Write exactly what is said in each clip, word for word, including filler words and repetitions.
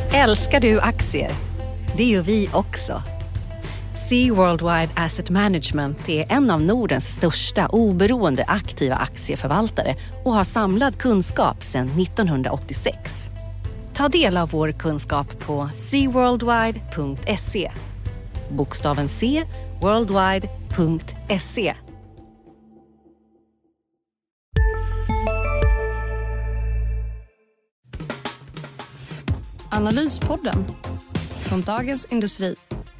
Älskar du aktier? Det gör vi också. Sea Worldwide Asset Management är en av Nordens största oberoende aktiva aktieförvaltare och har samlad kunskap sedan nittonhundraåttiosex. Ta del av vår kunskap på sea worldwide punkt se. Bokstaven C, worldwide punkt se. Analyspodden från Dagens Industri.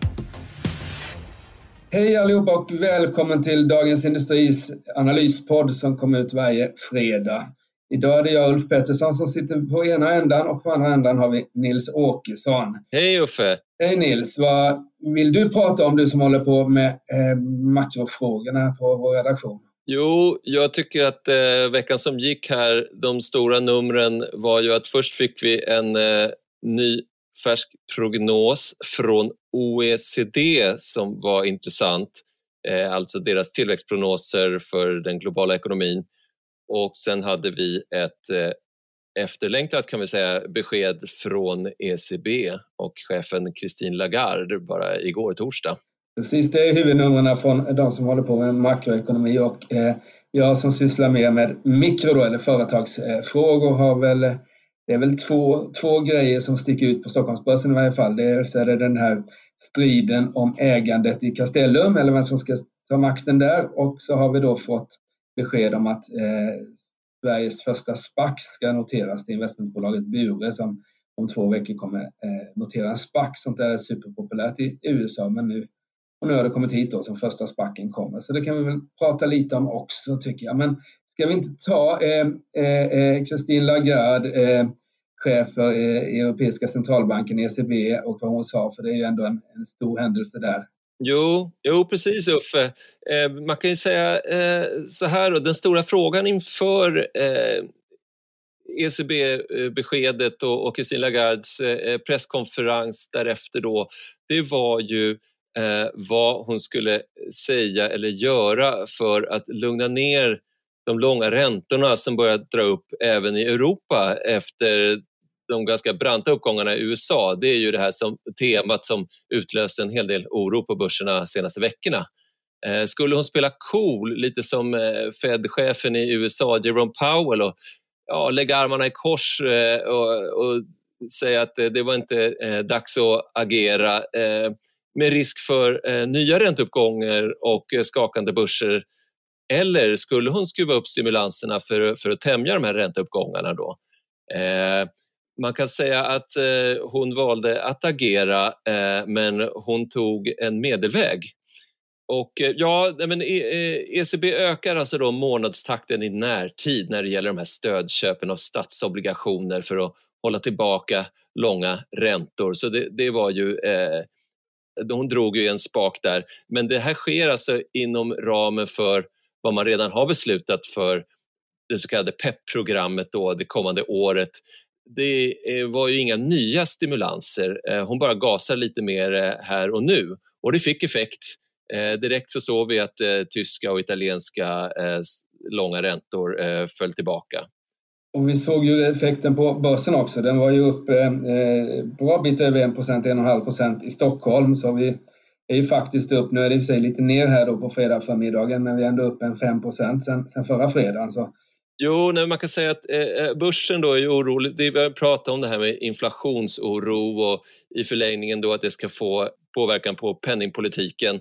Hej allihopa och välkommen till Dagens Industris analyspodd som kommer ut varje fredag. Idag är det jag, Ulf Pettersson, som sitter på ena ändan och på andra ändan har vi Nils Åkesson. Hej Uffe! Hej Nils, vad vill du prata om, du som håller på med eh, makrofrågorna på vår redaktion? Jo, jag tycker att eh, veckan som gick här, de stora numren var ju att först fick vi en eh, ny färsk prognos från O E C D som var intressant. Eh, alltså deras tillväxtprognoser för den globala ekonomin. Och sen hade vi ett eh, efterlängtat, kan vi säga, besked från E C B och chefen Christine Lagarde bara igår torsdag. Precis, det är huvudnumren från de som håller på med makroekonomi, och eh, jag som sysslar mer med mikro då, eller företagsfrågor, har väl, det är väl två, två grejer som sticker ut på Stockholmsbörsen i varje fall. Dels är det den här striden om ägandet i Castellum, eller vem som ska ta makten där, och så har vi då fått besked om att eh, Sveriges första SPAC ska noteras till investmentbolaget Bure, som om två veckor kommer eh, notera en SPAC. Sånt där är superpopulärt i U S A, men nu, och nu har det kommit hit då som första SPACen kommer. Så det kan vi väl prata lite om också, tycker jag. Men ska vi inte ta eh, eh, Christine Lagarde, eh, chef för eh, Europeiska centralbanken E C B, och vad hon sa, för det är ju ändå en, en stor händelse där. Jo, jo precis Uffe. Eh, man kan ju säga eh, så här då, den stora frågan inför eh, E C B-beskedet och, och Christine Lagardes eh, presskonferens därefter då, det var ju eh, vad hon skulle säga eller göra för att lugna ner de långa räntorna som börjat dra upp även i Europa efter de ganska branta uppgångarna i U S A. Det är ju det här som, temat som utlöste en hel del oro på börserna de senaste veckorna. Eh, skulle hon spela cool, lite som eh, Fed-chefen i U S A, Jerome Powell, och ja, lägga armarna i kors eh, och, och säga att eh, det var inte eh, dags att agera eh, med risk för eh, nya ränteuppgångar och eh, skakande börser? Eller skulle hon skruva upp stimulanserna för, för att tämja de här ränteuppgångarna då? Eh, Man kan säga att eh, hon valde att agera, eh, men hon tog en medelväg. Och eh, ja, men E C B ökar alltså då månadstakten i närtid när det gäller de här stödköpen av statsobligationer för att hålla tillbaka långa räntor. Så det, det var ju, eh, hon drog ju en spak där. Men det här sker alltså inom ramen för vad man redan har beslutat för det så kallade P E P-programmet då, det kommande året. Det var ju inga nya stimulanser. Hon bara gasar lite mer här och nu. Och det fick effekt. Direkt så såg vi att tyska och italienska långa räntor föll tillbaka. Och vi såg ju effekten på börsen också. Den var ju upp eh, bra bit över en procent, en komma fem procent i Stockholm. Så vi är ju faktiskt upp, nu är det i sig lite ner här då på fredag förmiddagen, men vi är ändå upp en fem procent sen, sen förra fredagen. Så. Jo, nej, man kan säga att eh, börsen då är orolig. Det vi har pratat om det här med inflationsoro och i förlängningen då att det ska få påverkan på penningpolitiken,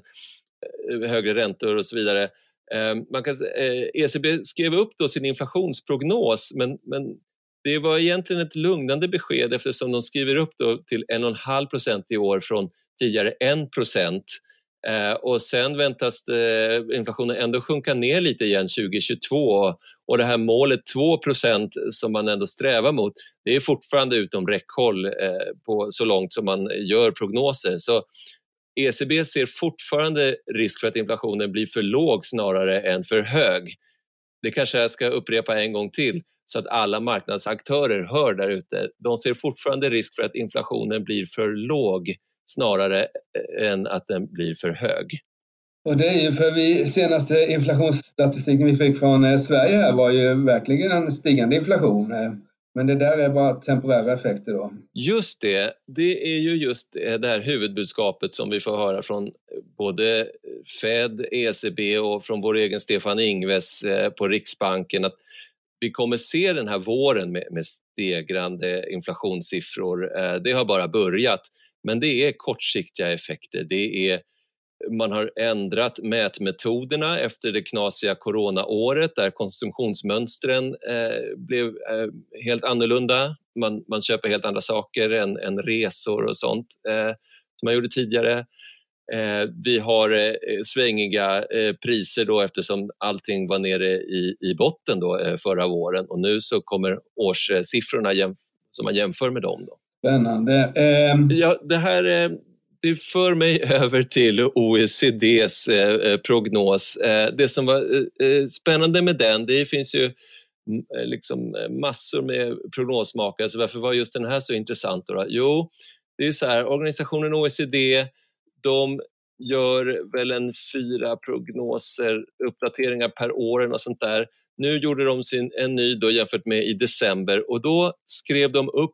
eh, högre räntor och så vidare. Eh, man kan, eh, E C B skrev upp då sin inflationsprognos, men, men det var egentligen ett lugnande besked eftersom de skriver upp då till en komma fem procent i år från tidigare en procent. Eh, och sen väntas eh, inflationen ändå sjunka ner lite igen tjugo tjugotvå, och det här målet två procent som man ändå strävar mot, det är fortfarande utom räckhåll eh, på så långt som man gör prognoser. Så E C B ser fortfarande risk för att inflationen blir för låg snarare än för hög. Det kanske jag ska upprepa en gång till så att alla marknadsaktörer hör där ute. De ser fortfarande risk för att inflationen blir för låg snarare än att den blir för hög. Och det är ju för vi senaste inflationsstatistiken vi fick från Sverige här var ju verkligen en stigande inflation. Men det där är bara temporära effekter då? Just det, det är ju just det här huvudbudskapet som vi får höra från både Fed, E C B och från vår egen Stefan Ingves på Riksbanken, att vi kommer se den här våren med, med stegrande inflationssiffror. Det har bara börjat, men det är kortsiktiga effekter. Det är, man har ändrat mätmetoderna efter det knasiga coronaåret där konsumtionsmönstren eh, blev eh, helt annorlunda. Man, man köper helt andra saker än, än resor och sånt eh, som man gjorde tidigare. Eh, vi har eh, svängiga eh, priser då eftersom allting var nere i, i botten då, eh, förra våren, och nu så kommer årssiffrorna jämf- som man jämför med dem. Då. Spännande. Eh... Ja, det här eh, det för mig över till O E C D:s eh, prognos. Eh, det som var eh, spännande med den, det finns ju eh, liksom massor med prognosmakare, så varför var just den här så intressant då? Jo, det är så här, organisationen O E C D, de gör väl en fyra prognoser, uppdateringar per år och sånt där. Nu gjorde de sin, en ny då jämfört med i december, och då skrev de upp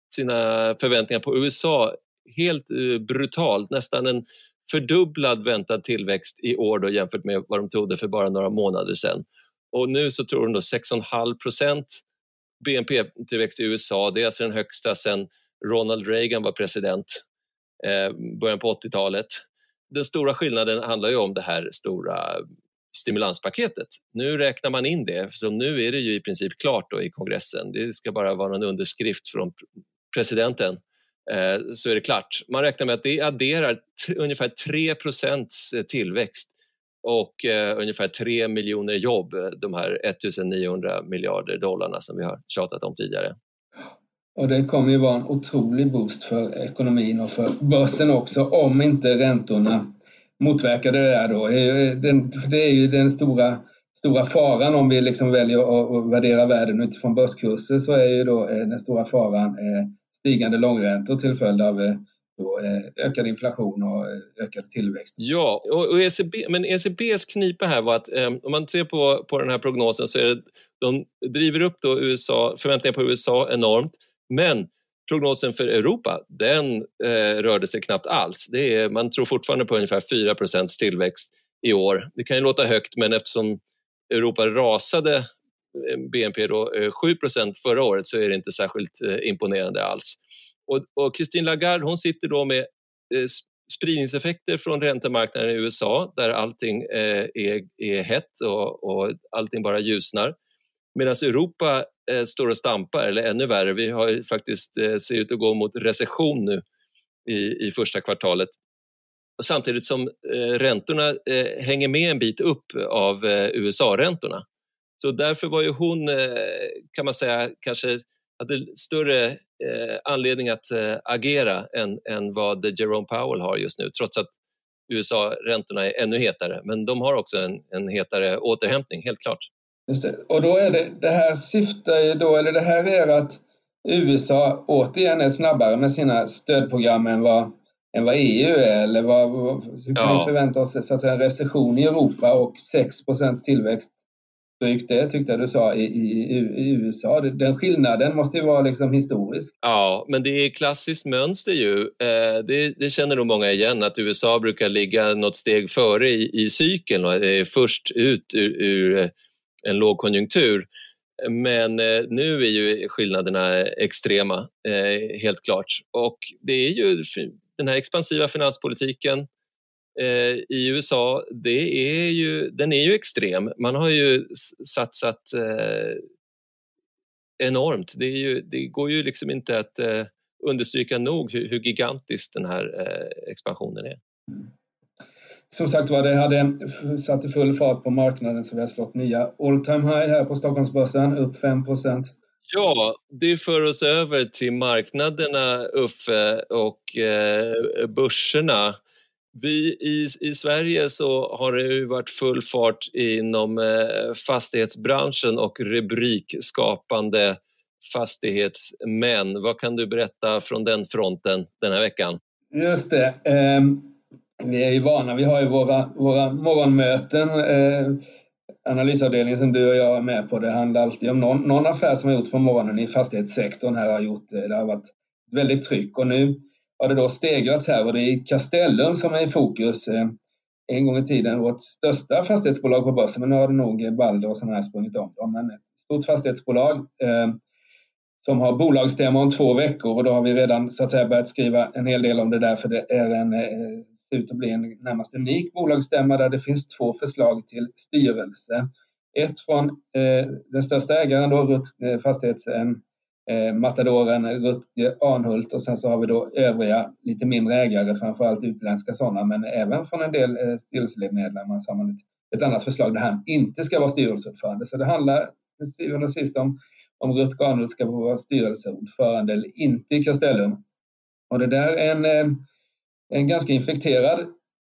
sina förväntningar på U S A helt uh, brutalt, nästan en fördubblad väntad tillväxt i år då jämfört med vad de trodde för bara några månader sedan. Och nu så tror de då sex komma fem procent B N P-tillväxt i U S A. Det är alltså den högsta sedan Ronald Reagan var president, eh, början på åttiotalet. Den stora skillnaden handlar ju om det här stora stimulanspaketet. Nu räknar man in det, för nu är det ju i princip klart då i kongressen. Det ska bara vara en underskrift från presidenten. Så är det klart. Man räknar med att det adderar t- ungefär tre procent tillväxt och eh, ungefär tre miljoner jobb, de här ettusenniohundra miljarder dollarna som vi har tjatat om tidigare. Och det kommer ju vara en otrolig boost för ekonomin och för börsen också, om inte räntorna motverkar det där då. För det är ju den stora, stora faran om vi liksom väljer att värdera världen utifrån börskurser, så är ju då den stora faran eh, stigande långräntor till följd av då, ökad inflation och ökad tillväxt. Ja, och E C B, men E C B:s knipa här var att eh, om man ser på, på den här prognosen så är det, de driver upp då U S A, förväntningar på U S A enormt, men prognosen för Europa, den eh, rörde sig knappt alls. Det är, man tror fortfarande på ungefär fyra procent tillväxt i år. Det kan ju låta högt, men eftersom Europa rasade B N P då sju procent förra året, så är det inte särskilt eh, imponerande alls. Och, och Christine Lagarde, hon sitter då med eh, spridningseffekter från räntemarknaden i U S A, där allting eh, är, är hett och, och allting bara ljusnar. Medan Europa eh, står och stampar, eller ännu värre, vi har ju faktiskt eh, ser ut att gå mot recession nu i, i första kvartalet. Och samtidigt som eh, räntorna eh, hänger med en bit upp av eh, U S A-räntorna. Så därför var ju hon, kan man säga, kanske hade större eh, anledning att eh, agera än, än vad Jerome Powell har just nu, trots att U S A-räntorna är ännu hetare. Men de har också en, en hetare återhämtning, helt klart. Just det. Och då är det, det här syftar ju då, eller det här är att U S A återigen är snabbare med sina stödprogram än vad, än vad E U är, eller vad, hur kan ja. vi förvänta oss så att säga, en recession i Europa och sex procent tillväxt? Drygt det tyckte jag du sa i, i, i U S A. Den skillnaden måste ju vara liksom historisk. Ja, men det är klassiskt mönster ju. Eh, det, det känner nog många igen, att U S A brukar ligga något steg före i, i cykeln och är först ut ur, ur en lågkonjunktur. Men eh, nu är ju skillnaderna extrema, eh, helt klart. Och det är ju den här expansiva finanspolitiken i U S A, det är ju, den är ju extrem. Man har ju satsat eh, enormt. Det, är ju, det går ju liksom inte att eh, understryka nog hur, hur gigantisk den här eh, expansionen är. Mm. Som sagt var, det hade satt i full fart på marknaden, så vi har slått nya all time high här på Stockholmsbörsen, upp fem procent. Ja, det för oss över till marknaderna, Uffe, och eh, börserna. Vi i, i Sverige så har det ju varit full fart inom eh, fastighetsbranschen och rubrikskapande fastighetsmän. Vad kan du berätta från den fronten den här veckan? Just det. Eh, vi är ju vana, vi har ju våra, våra morgonmöten eh, analysavdelningen som du och jag är med på, det handlar alltid om någon, någon affär som har gjort på morgonen i fastighetssektorn här har gjort, det har varit väldigt tryck och nu har det då stegrats här och det är Castellum som är i fokus. En gång i tiden vårt största fastighetsbolag på börsen, men nu har det nog Balder och sådana här sprungit om dem. Men ett stort fastighetsbolag eh, som har bolagsstämma om två veckor och då har vi redan så att säga börjat skriva en hel del om det där för det är en, eh, ser ut att bli en närmast unik bolagsstämma där det finns två förslag till styrelse. Ett från eh, den största ägaren då, Rut, eh, fastighets eh, matadoren Rutger Arnhult och sen så har vi då övriga lite mindre ägare, framförallt utländska sådana, men även från en del eh, styrelsemedlemmar så har man ett, ett annat förslag där han inte ska vara styrelseordförande. Så det handlar till syvende och sist om om Rutger Arnhult ska vara styrelseordförande eller inte i Castellum. Och det där är en, eh, en ganska infekterad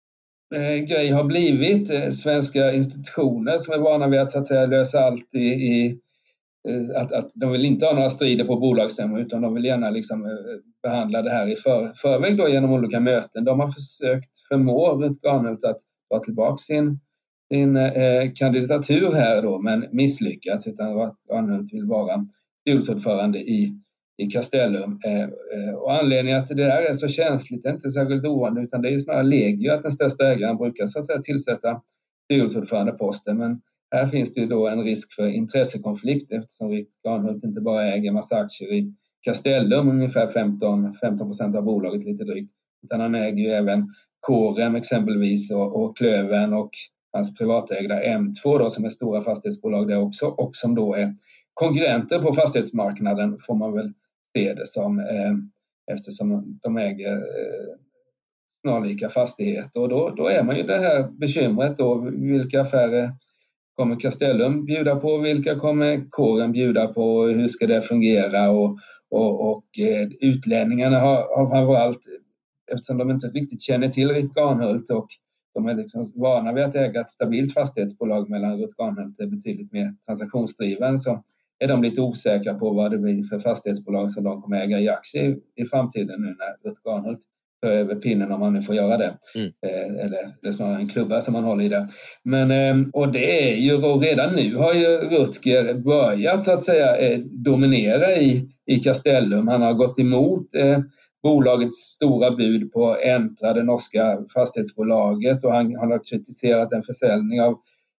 eh, grej har blivit. Eh, svenska institutioner som är vana vid att, så att säga, lösa allt i, i Att, att de vill inte ha några strider på bolagsstämmor utan de vill gärna liksom, eh, behandla det här i för, förväg då, genom olika möten. De har försökt förmå Rutger Arnhult att ta tillbaka sin, sin eh, kandidatur här då, men misslyckats, utan Rutger Arnhult vill vara styrelseordförande i, i Castellum. Eh, eh, och anledningen att det där är så känsligt är inte särskilt ovanligt, utan det är ju snarare legio att den största ägaren brukar så att säga tillsätta styrelseordförandeposten, men här finns det ju då en risk för intressekonflikt eftersom Rutger Arnhult inte bara äger massa aktier i Castellum, ungefär femton procent av bolaget lite drygt, utan han äger ju även Corem exempelvis och, och Klövern och hans privatägda M två då, som är stora fastighetsbolag där också och som då är konkurrenter på fastighetsmarknaden, får man väl se det som, eh, eftersom de äger eh, snarlika fastigheter. Och då, då är man ju det här bekymret då, vilka affärer kommer Castellum bjuda på, vilka kommer Corem bjuda på, hur ska det fungera och, och, och eh, utlänningarna har, har framförallt, eftersom de inte riktigt känner till Rutger Arnhult och de är liksom vana vid att äga ett stabilt fastighetsbolag medan Rutger Arnhult är betydligt mer transaktionsdriven, så är de lite osäkra på vad det blir för fastighetsbolag som de kommer äga i aktier i, i framtiden nu när Rutger Arnhult tar över pinnen, om man nu får göra det. Mm. Eh, eller det är snarare en klubba som man håller i det. Men, eh, och det är ju, och redan nu har ju Rutger börjat så att säga eh, dominera i, i Castellum. Han har gått emot eh, bolagets stora bud på Entra, det norska fastighetsbolaget, och han, han har kritiserat en försäljning av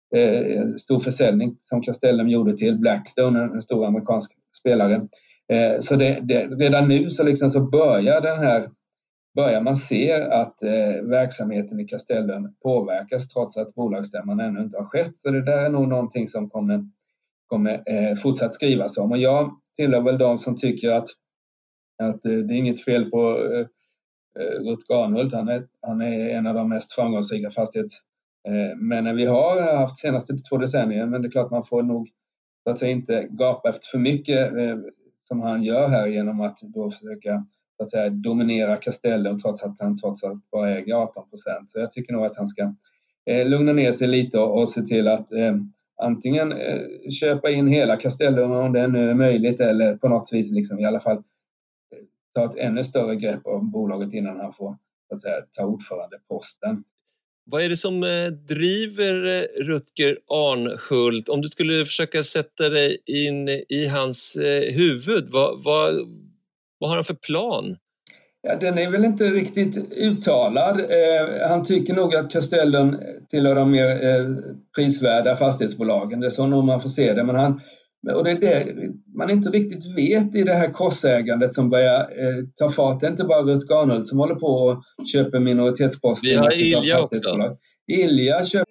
eh, stor försäljning som Castellum gjorde till Blackstone, en, en stor amerikansk spelare. Eh, så det, det, redan nu så, liksom så börjar den här börjar man se att eh, verksamheten i Castellum påverkas trots att bolagsstämman ännu inte har skett. Så det där är nog någonting som kommer, kommer eh, fortsatt skrivas om. Och jag tillhör väl de som tycker att, att eh, det är inget fel på eh, Rutger Arnhult. Han är, han är en av de mest framgångsrika fastighetsmännen eh, vi har haft senaste två decennier. Men det är klart man får nog så att säga inte gapa efter för mycket eh, som han gör här genom att då försöka så att säga dominera Castellum trots att han trots allt bara äger arton procent. Så jag tycker nog att han ska eh, lugna ner sig lite och, och se till att eh, antingen eh, köpa in hela Castellum om det nu är möjligt, eller på något vis liksom i alla fall eh, ta ett ännu större grepp om bolaget innan han får så att säga ta ordförandeposten. Vad är det som eh, driver eh, Rutger Arnhult? Om du skulle försöka sätta dig in i hans eh, huvud, vad, vad Vad har han för plan? Ja, den är väl inte riktigt uttalad. Eh, han tycker nog att Castellum tillhör de mer eh, prisvärda fastighetsbolagen. Det är så nog man får se det. Men han, och det är det man inte riktigt vet i det här crossägandet som börjar eh, ta fart. Det är inte bara Rutger Arnhult som håller på och köper minoritetsposter. Vi har Ilja också. Ilja köper...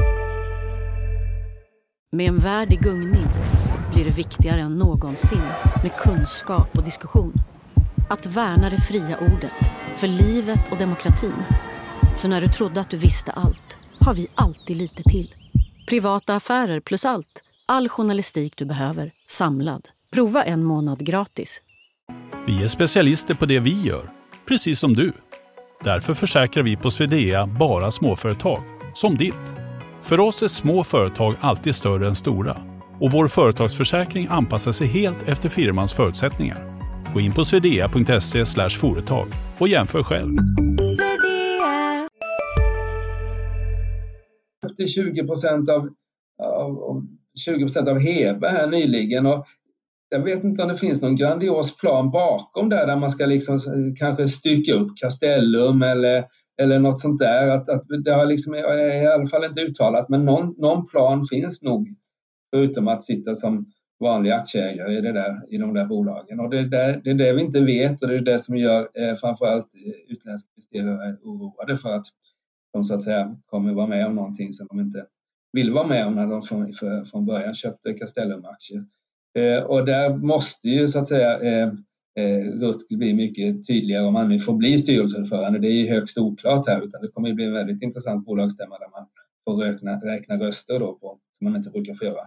Med en värld i gungning blir det viktigare än någonsin med kunskap och diskussion. Att värna det fria ordet, för livet och demokratin. Så när du trodde att du visste allt, har vi alltid lite till. Privata affärer plus allt. All journalistik du behöver, samlad. Prova en månad gratis. Vi är specialister på det vi gör, precis som du. Därför försäkrar vi på Swedea bara småföretag, som ditt. För oss är små företag alltid större än stora. Och vår företagsförsäkring anpassar sig helt efter firmans förutsättningar. Gå in på swedea punkt se slash företag och jämför själv. Upp till tjugo procent av av tjugo procent av Hebe här nyligen. Och jag vet inte om det finns någon grandios plan bakom där, där man ska liksom kanske stycka upp Castellum eller, eller något sånt där. Att, att det har liksom, är i alla fall inte uttalat, men någon, någon plan finns nog, förutom att sitta som vanliga aktieägare i, det där, i de där bolagen. Och det är, där, det är det vi inte vet, och det är det som gör eh, framförallt utländska investerare oroade för att de så att säga kommer vara med om någonting som de inte vill vara med om när de från, för, från början köpte Castellum-aktier. Eh, och där måste ju så att säga eh, eh, Rutger bli mycket tydligare om man nu får bli styrelseordförande. Det är ju högst oklart här, utan det kommer att bli en väldigt intressant bolagsstämma där man får räkna, räkna röster då på, som man inte brukar få göra.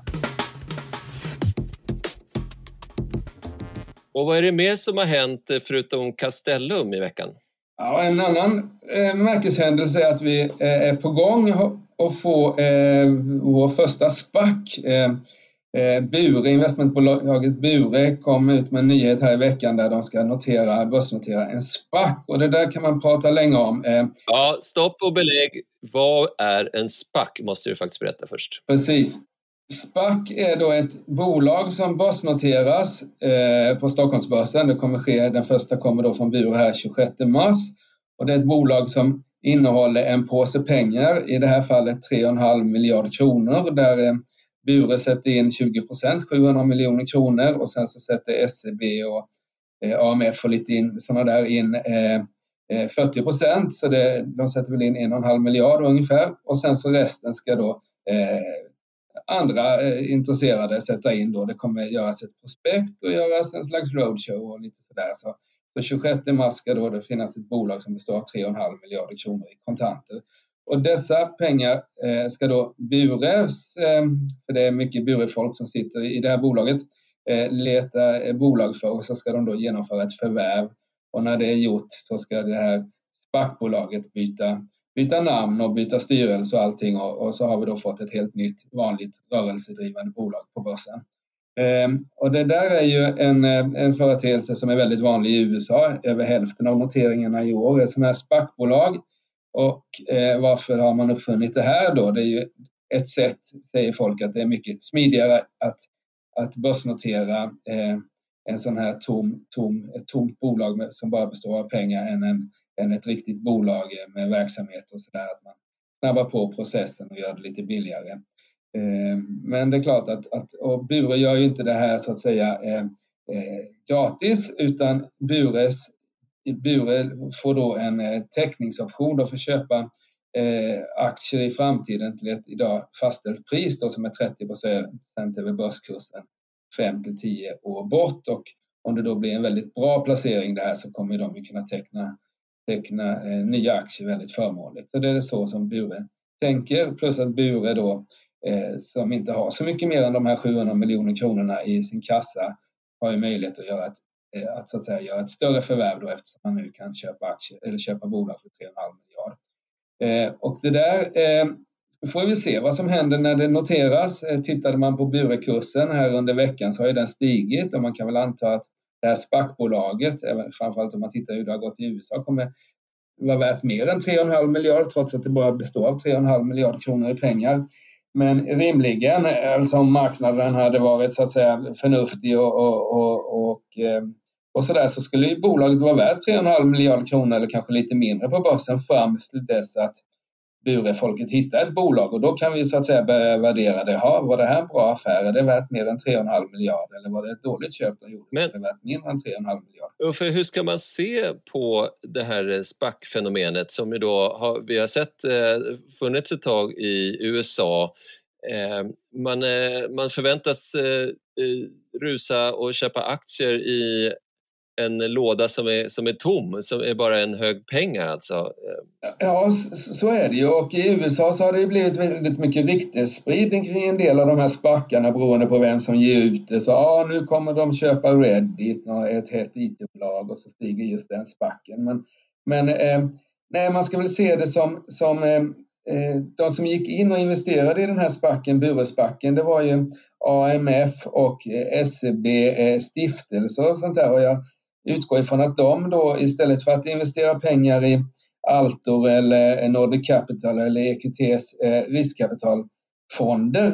Och vad är det mer som har hänt förutom Castellum i veckan? Ja, en annan eh, märkeshändelse är att vi eh, är på gång att få eh, vår första SPAC. Eh, eh, Bure, investmentbolaget Bure kom ut med en nyhet här i veckan där de ska notera, börsnotera en SPAC. Och det där kan man prata länge om. Eh, ja, stopp och belägg. Vad är en SPAC? Måste du faktiskt berätta först. Precis. SPAC är då ett bolag som börsnoteras eh, på Stockholmsbörsen. Det kommer ske, den första kommer då från Bure här tjugosjätte mars. Och det är ett bolag som innehåller en påse pengar, i det här fallet tre komma fem miljarder kronor. Där eh, Bure sätter in tjugo procent, sjuhundra miljoner kronor. Och sen så sätter S E B och eh, A M F och lite in, sådana där in eh, fyrtio procent. Så det, de sätter väl in en komma fem miljarder ungefär. Och sen så resten ska då eh, andra eh, intresserade sätta in då. Det kommer göras ett prospekt och göras en slags roadshow och lite sådär. Så, så tjugosjätte mars ska då det finnas ett bolag som består av tre komma fem miljarder kronor i kontanter. Och dessa pengar eh, ska då Bures, eh, för det är mycket Bure-folk som sitter i det här bolaget, eh, leta eh, bolag för, och så ska de då genomföra ett förvärv. Och när det är gjort så ska det här SPAC-bolaget byta byta namn och byta styrelse och allting, och, och så har vi då fått ett helt nytt vanligt rörelsedrivande bolag på börsen. Ehm, och det där är ju en, en företeelse som är väldigt vanlig i U S A. Över hälften av noteringarna i år är sådana här SPAC-bolag. Och eh, varför har man uppfunnit det här då? Det är ju ett sätt, säger folk, att det är mycket smidigare att, att börsnotera eh, en sån här tom, tom, ett tomt bolag med, som bara består av pengar än en än ett riktigt bolag med verksamhet och sådär, att man snabbar på processen och gör det lite billigare. Eh, men det är klart att, att och Bure gör ju inte det här så att säga eh, eh, gratis, utan Bures, Bure får då en eh, täckningsoption då för att köpa eh, aktier i framtiden till ett idag fastställt pris då, som är trettio procent över börskursen fem till tio år bort. Och om det då blir en väldigt bra placering det här, så kommer de ju kunna teckna teckna eh, nya aktier väldigt förmånligt. Så det är så som Bure tänker. Plus att Bure då, eh, som inte har så mycket mer än de här sjuhundra miljoner kronorna i sin kassa, har ju möjlighet att göra ett, eh, att, så att säga, göra ett större förvärv då, eftersom man nu kan köpa aktier eller köpa bolag för tre komma fem miljarder. Eh, och det där eh, får vi se vad som händer när det noteras. Eh, tittade man på Bure-kursen här under veckan så har ju den stigit, och man kan väl anta att det här SPAC-bolaget, framförallt om man tittar hur det har gått i U S A, kommer vara värt mer än tre komma fem miljarder, trots att det bara består av tre komma fem miljarder kronor i pengar. Men rimligen, alltså om marknaden hade varit så att säga förnuftig och, och, och, och, och sådär, så skulle ju bolaget vara värt tre komma fem miljarder kronor eller kanske lite mindre på börsen fram till dess att Bure-folket hittar ett bolag, och då kan vi så att säga börja värdera det. Ha, var det här en bra affär? Är det värt mer än tre komma fem miljarder? Eller var det ett dåligt köp de gjorde? Men, är det värt mindre än tre komma fem miljarder? För hur ska man se på det här SPAC-fenomenet som ju då har, vi har sett eh, funnits ett tag i U S A. Eh, man, eh, man förväntas eh, rusa och köpa aktier i en låda som är, som är tom, som är bara en hög pengar alltså. Ja, så är det ju. Och i U S A så har det ju blivit väldigt mycket ryktesspridning kring en del av de här SPACarna beroende på vem som ger ut det. Så ja, nu kommer de köpa Reddit, ett helt I T-bolag, och så stiger just den SPACen. Men, men eh, nej, man ska väl se det som, som eh, de som gick in och investerade i den här SPACen, Bure-SPACen, det var ju A M F och S E B stiftelser och sånt där. Och jag utgår ifrån att de då, istället för att investera pengar i Altor eller Nordic Capital eller E Q T:s eh, riskkapitalfonder,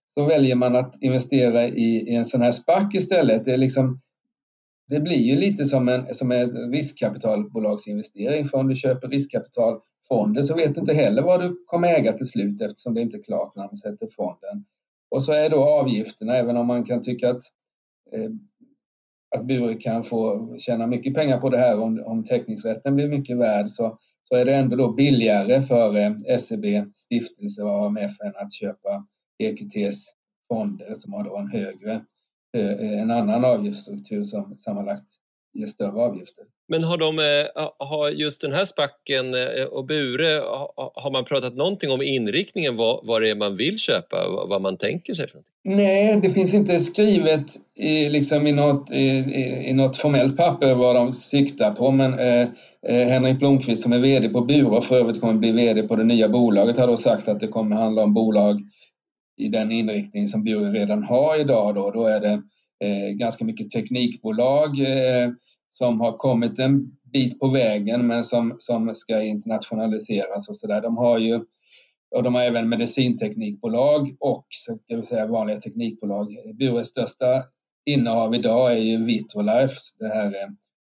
så väljer man att investera i, i en sån här SPAC istället. Det är liksom, det blir ju lite som en, som en riskkapitalbolagsinvestering. För om du köper riskkapitalfonder så vet du inte heller vad du kommer äga till slut, eftersom det inte är klart när man sätter fonden. Och så är då avgifterna, även om man kan tycka att, eh, att Bure kan få tjäna mycket pengar på det här om, om teckningsrätten blir mycket värd, så, så är det ändå då billigare för eh, S E B, stiftelse och A M F än att köpa E Q T:s fonder som har då en högre, en annan avgiftsstruktur som sammanlagt ger större avgifter. Men har de, har just den här spacken och Bure, har man pratat någonting om inriktningen, vad, vad det är man vill köpa, vad man tänker sig? För Nej, det finns inte skrivet i, liksom i, något, i, i något formellt papper vad de siktar på, men eh, Henrik Blomqvist som är vd på Bure och för övrigt kommer bli vd på det nya bolaget har då sagt att det kommer handla om bolag i den inriktning som Bure redan har idag. Då, då är det eh, ganska mycket teknikbolag eh, som har kommit en bit på vägen men som, som ska internationaliseras och sådär. De har ju, och de har även medicinteknikbolag och så ska vi säga vanliga teknikbolag. Bures största innehav idag är ju Vitrolife, det här eh,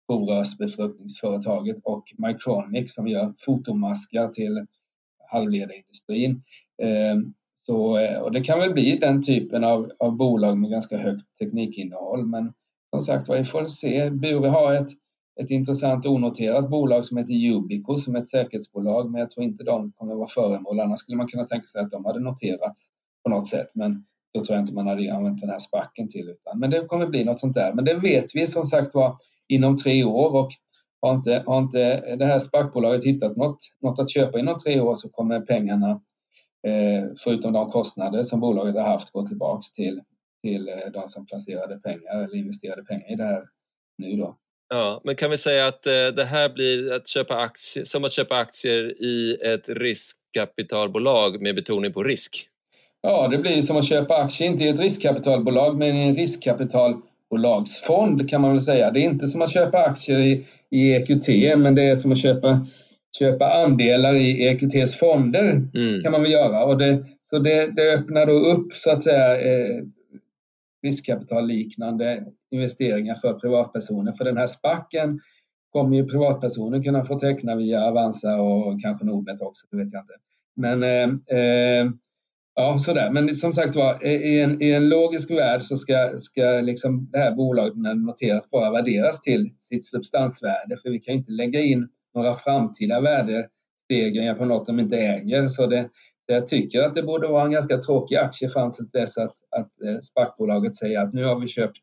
provrörsbefruktningsföretaget, och Mycronic som gör fotomaskar till halvledarindustrin. Eh, Så, och det kan väl bli den typen av, av bolag med ganska högt teknikinnehåll. Men som sagt, vi får se. Bure har ett, ett intressant onoterat bolag som heter Yubico som är ett säkerhetsbolag. Men jag tror inte de kommer vara föremål. Annars skulle man kunna tänka sig att de hade noterats på något sätt. Men då tror jag inte man hade använt den här spacken till. Utan. Men det kommer bli något sånt där. Men det vet vi som sagt var inom tre år. Och har inte, har inte det här spackbolaget hittat något, något att köpa inom tre år så kommer pengarna, förutom de kostnader som bolaget har haft, gå tillbaka till, till de som placerade pengar eller investerade pengar i det här nu då. Ja, men kan vi säga att det här blir att köpa aktier, som att köpa aktier i ett riskkapitalbolag med betoning på risk? Ja, det blir som att köpa aktier, inte i ett riskkapitalbolag men i en riskkapitalbolagsfond kan man väl säga. Det är inte som att köpa aktier i, i E Q T, men det är som att köpa köpa andelar i E Q T:s fonder mm. kan man väl göra. Och det, så det, det öppnar då upp så att säga eh, riskkapitalliknande investeringar för privatpersoner. För den här spacken kommer ju privatpersoner kunna få teckna via Avanza och kanske Nordnet också, det vet jag inte. Men eh, eh, ja, sådär. Men som sagt var, i en, i en logisk värld så ska, ska liksom det här bolaget när det noteras bara värderas till sitt substansvärde. För vi kan inte lägga in några framtida värdestegringar på något de inte äger. Så det, jag tycker att det borde vara en ganska tråkig aktie fram till dess att, att SPAC-bolaget säger att nu har vi köpt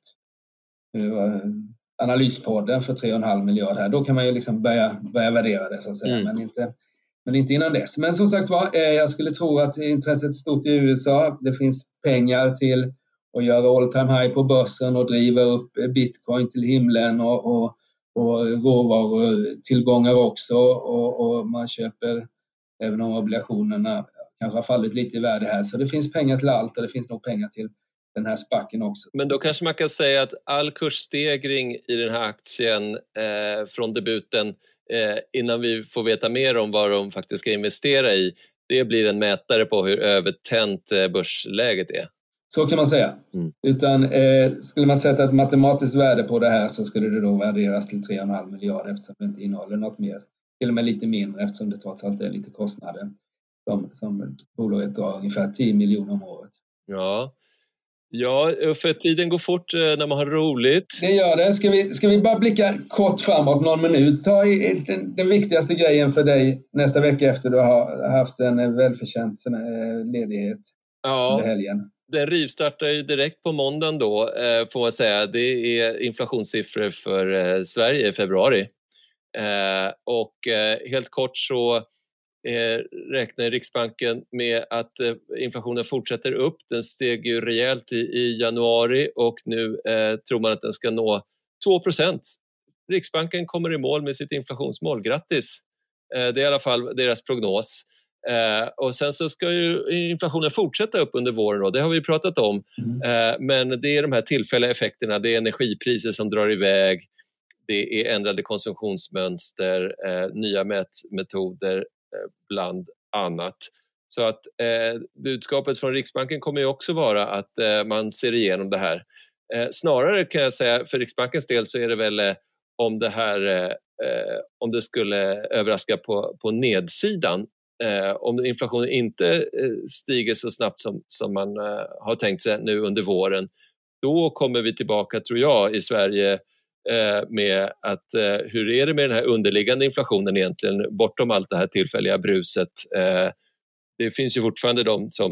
uh, Analyspodden för tre komma fem miljard här. Då kan man ju liksom börja, börja värdera det så att säga. Mm. Men, inte, men inte innan dess. Men som sagt var, eh, jag skulle tro att intresset är stort i U S A. Det finns pengar till att göra all time high på börsen och driva upp bitcoin till himlen och, och och råvarutillgångar också och, och man köper även om obligationerna kanske har fallit lite i värde här, så det finns pengar till allt och det finns nog pengar till den här spacken också. Men då kanske man kan säga att all kursstegring i den här aktien eh, från debuten eh, innan vi får veta mer om vad de faktiskt ska investera i, det blir en mätare på hur övertänt eh, börsläget är. Så kan man säga. Mm. Utan eh, skulle man sätta ett matematiskt värde på det här så skulle det då värderas till tre komma fem miljard eftersom det inte innehåller något mer. Till och med lite mindre eftersom det trots allt är lite kostnader som, som bolaget drar ungefär tio miljoner om året. Ja, ja för tiden går fort när man har roligt. Det gör det. Ska vi, ska vi bara blicka kort framåt någon minut. Ta i, den, den viktigaste grejen för dig nästa vecka efter du har haft en välförtjänt ledighet ja. under helgen. Den rivstartar ju direkt på måndagen då, eh, får man säga. Det är inflationssiffror för eh, Sverige i februari. Eh, och eh, helt kort så eh, räknar Riksbanken med att eh, inflationen fortsätter upp. Den steg ju rejält i, i januari och nu eh, tror man att den ska nå två procent. Riksbanken kommer i mål med sitt inflationsmål. Grattis! Eh, det är i alla fall deras prognos. Eh, och sen så ska ju inflationen fortsätta upp under våren då, det har vi pratat om. Mm. Eh, men det är de här tillfälliga effekterna, det är energipriser som drar iväg, det är ändrade konsumtionsmönster, eh, nya mätmetoder eh, bland annat Så att eh, budskapet från Riksbanken kommer ju också vara att eh, man ser igenom det här. Eh, snarare kan jag säga för Riksbankens del så är det väl eh, om det här eh, om det skulle överraska på, på nedsidan. Eh, om inflationen inte eh, stiger så snabbt som, som man eh, har tänkt sig nu under våren, då kommer vi tillbaka, tror jag, i Sverige eh, med att eh, hur är det med den här underliggande inflationen egentligen, bortom allt det här tillfälliga bruset. Eh, det finns ju fortfarande de som,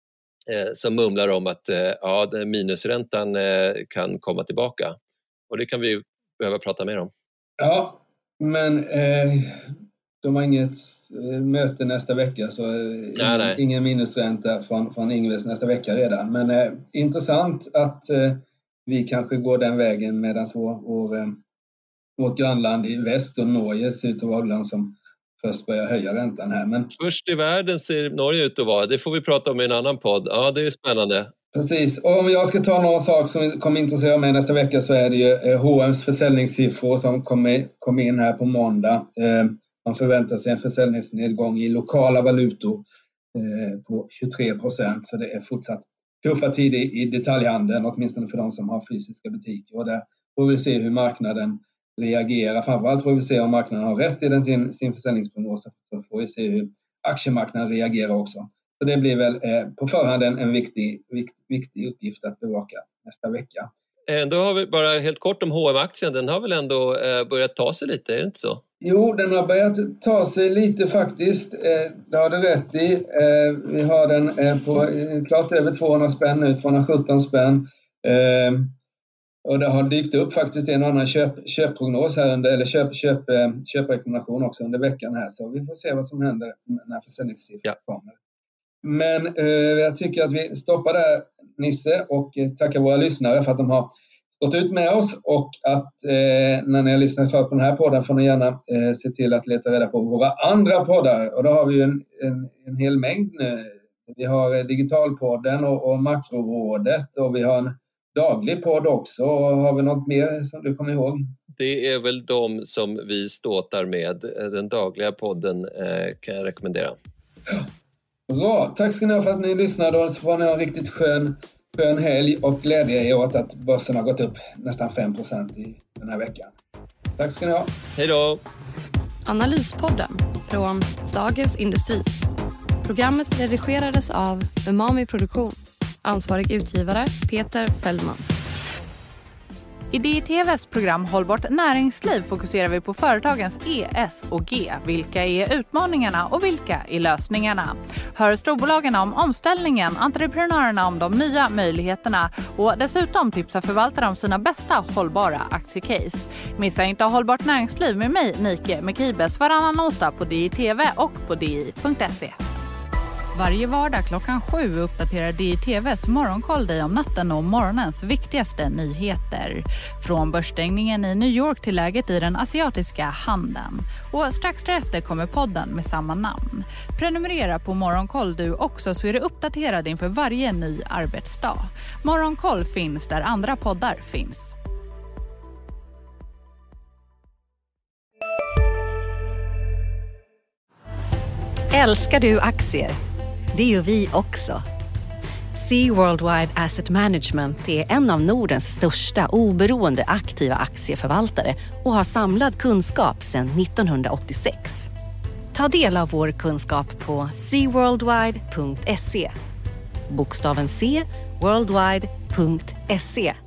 eh, som mumlar om att eh, ja, minusräntan eh, kan komma tillbaka. Och det kan vi behöva prata mer om. Ja, men eh, de har inget eh, möte nästa vecka, så eh, nej, nej. ingen minusränta från, från Ingves nästa vecka redan. Men eh, intressant att eh, vi kanske går den vägen medan vår, vår, eh, vårt grannland i väst och Norge ser ut att vara den som först börjar höja räntan här. Men... Först i världen ser Norge ut att vara. Det får vi prata om i en annan podd. Ja, det är spännande. Precis, och om jag ska ta någon sak som kommer intressera mig nästa vecka, så är det ju H och M's försäljningssiffror som kommer, kommer in här på måndag. Eh, man förväntar sig en försäljningsnedgång i lokala valutor eh, på tjugotre procent, så det är fortsatt tuffa tider i detaljhandeln, åtminstone för de som har fysiska butiker. Och där får vi se hur marknaden reagerar. Framförallt får vi se om marknaden har rätt i den, sin, sin försäljningsprognos, så får vi se hur aktiemarknaden reagerar också. Så det blir väl eh, på förhand en viktig, vikt, viktig uppgift att bevaka nästa vecka. Ändå har vi bara helt kort om H och M-aktien. Den har väl ändå eh, börjat ta sig lite, är det inte så? Jo, den har börjat ta sig lite faktiskt. Eh, det har du rätt i. Eh, vi har den eh, på eh, klart över tvåhundra spänn nu, tvåhundrasjutton spänn. Eh, och det har dykt upp faktiskt en annan köp, köpprognos här under, eller köp, köp, eh, köprekommendation också under veckan här. Så vi får se vad som händer när försäljningssiffror ja. kommer. Men eh, jag tycker att vi stoppar där, Nisse, och eh, tackar våra lyssnare för att de har stått ut med oss, och att eh, när ni har lyssnat klart på den här podden får ni gärna eh, se till att leta reda på våra andra poddar, och då har vi ju en, en, en hel mängd nu. Vi har eh, Digitalpodden och, och Makrorådet, och vi har en daglig podd också. Och har vi något mer som du kommer ihåg? Det är väl de som vi ståtar med. Den dagliga podden eh, kan jag rekommendera. Bra, tack ska ni ha för att ni lyssnade, och så får ni ha en riktigt skön, skön helg, och glädje er åt att börsen har gått upp nästan fem procent i den här veckan. Tack ska ni ha. Hej då! Analyspodden från Dagens Industri. Programmet redigerades av Umami Produktion. Ansvarig utgivare Peter Fällman. I D I T V:s program Hållbart näringsliv fokuserar vi på företagens E, S och G. Vilka är utmaningarna och vilka är lösningarna? Hör storbolagen om omställningen, entreprenörerna om de nya möjligheterna och dessutom tipsar förvaltare om sina bästa hållbara aktiecase. Missa inte Hållbart näringsliv med mig, Nike Mekibes, varannan onsdag på D I T V och på d i punkt se. Varje vardag klockan sju uppdaterar D I T V:s morgonkoll dig om natten och morgonens viktigaste nyheter. Från börsstängningen i New York till läget i den asiatiska handeln. Och strax därefter kommer podden med samma namn. Prenumerera på Morgonkoll du också, så är du uppdaterad inför varje ny arbetsdag. Morgonkoll finns där andra poddar finns. Älskar du aktier? Det gör vi också. Sea Worldwide Asset Management är en av Nordens största oberoende aktiva aktieförvaltare och har samlad kunskap sedan nittonhundraåttiosex. Ta del av vår kunskap på sea worldwide punkt se. Bokstaven C, worldwide punkt se.